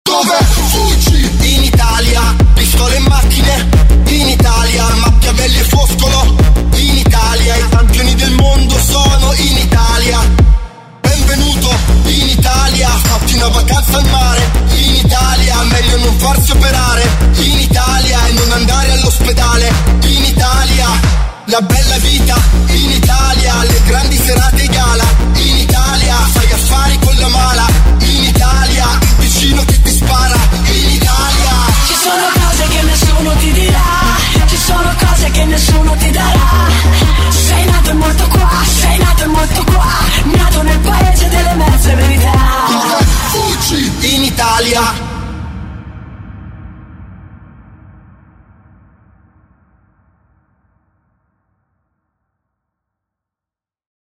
Dove fuggi? In Italia, pistole e macchine. In Italia, Machiavelli e Foscolo. In Italia, i campioni del mondo sono in Italia. Benvenuto in Italia, fatti una vacanza al mare. In Italia, meglio non farsi operare. In Italia e non andare all'ospedale. In Italia, la bella vita. In Italia, le grandi serate.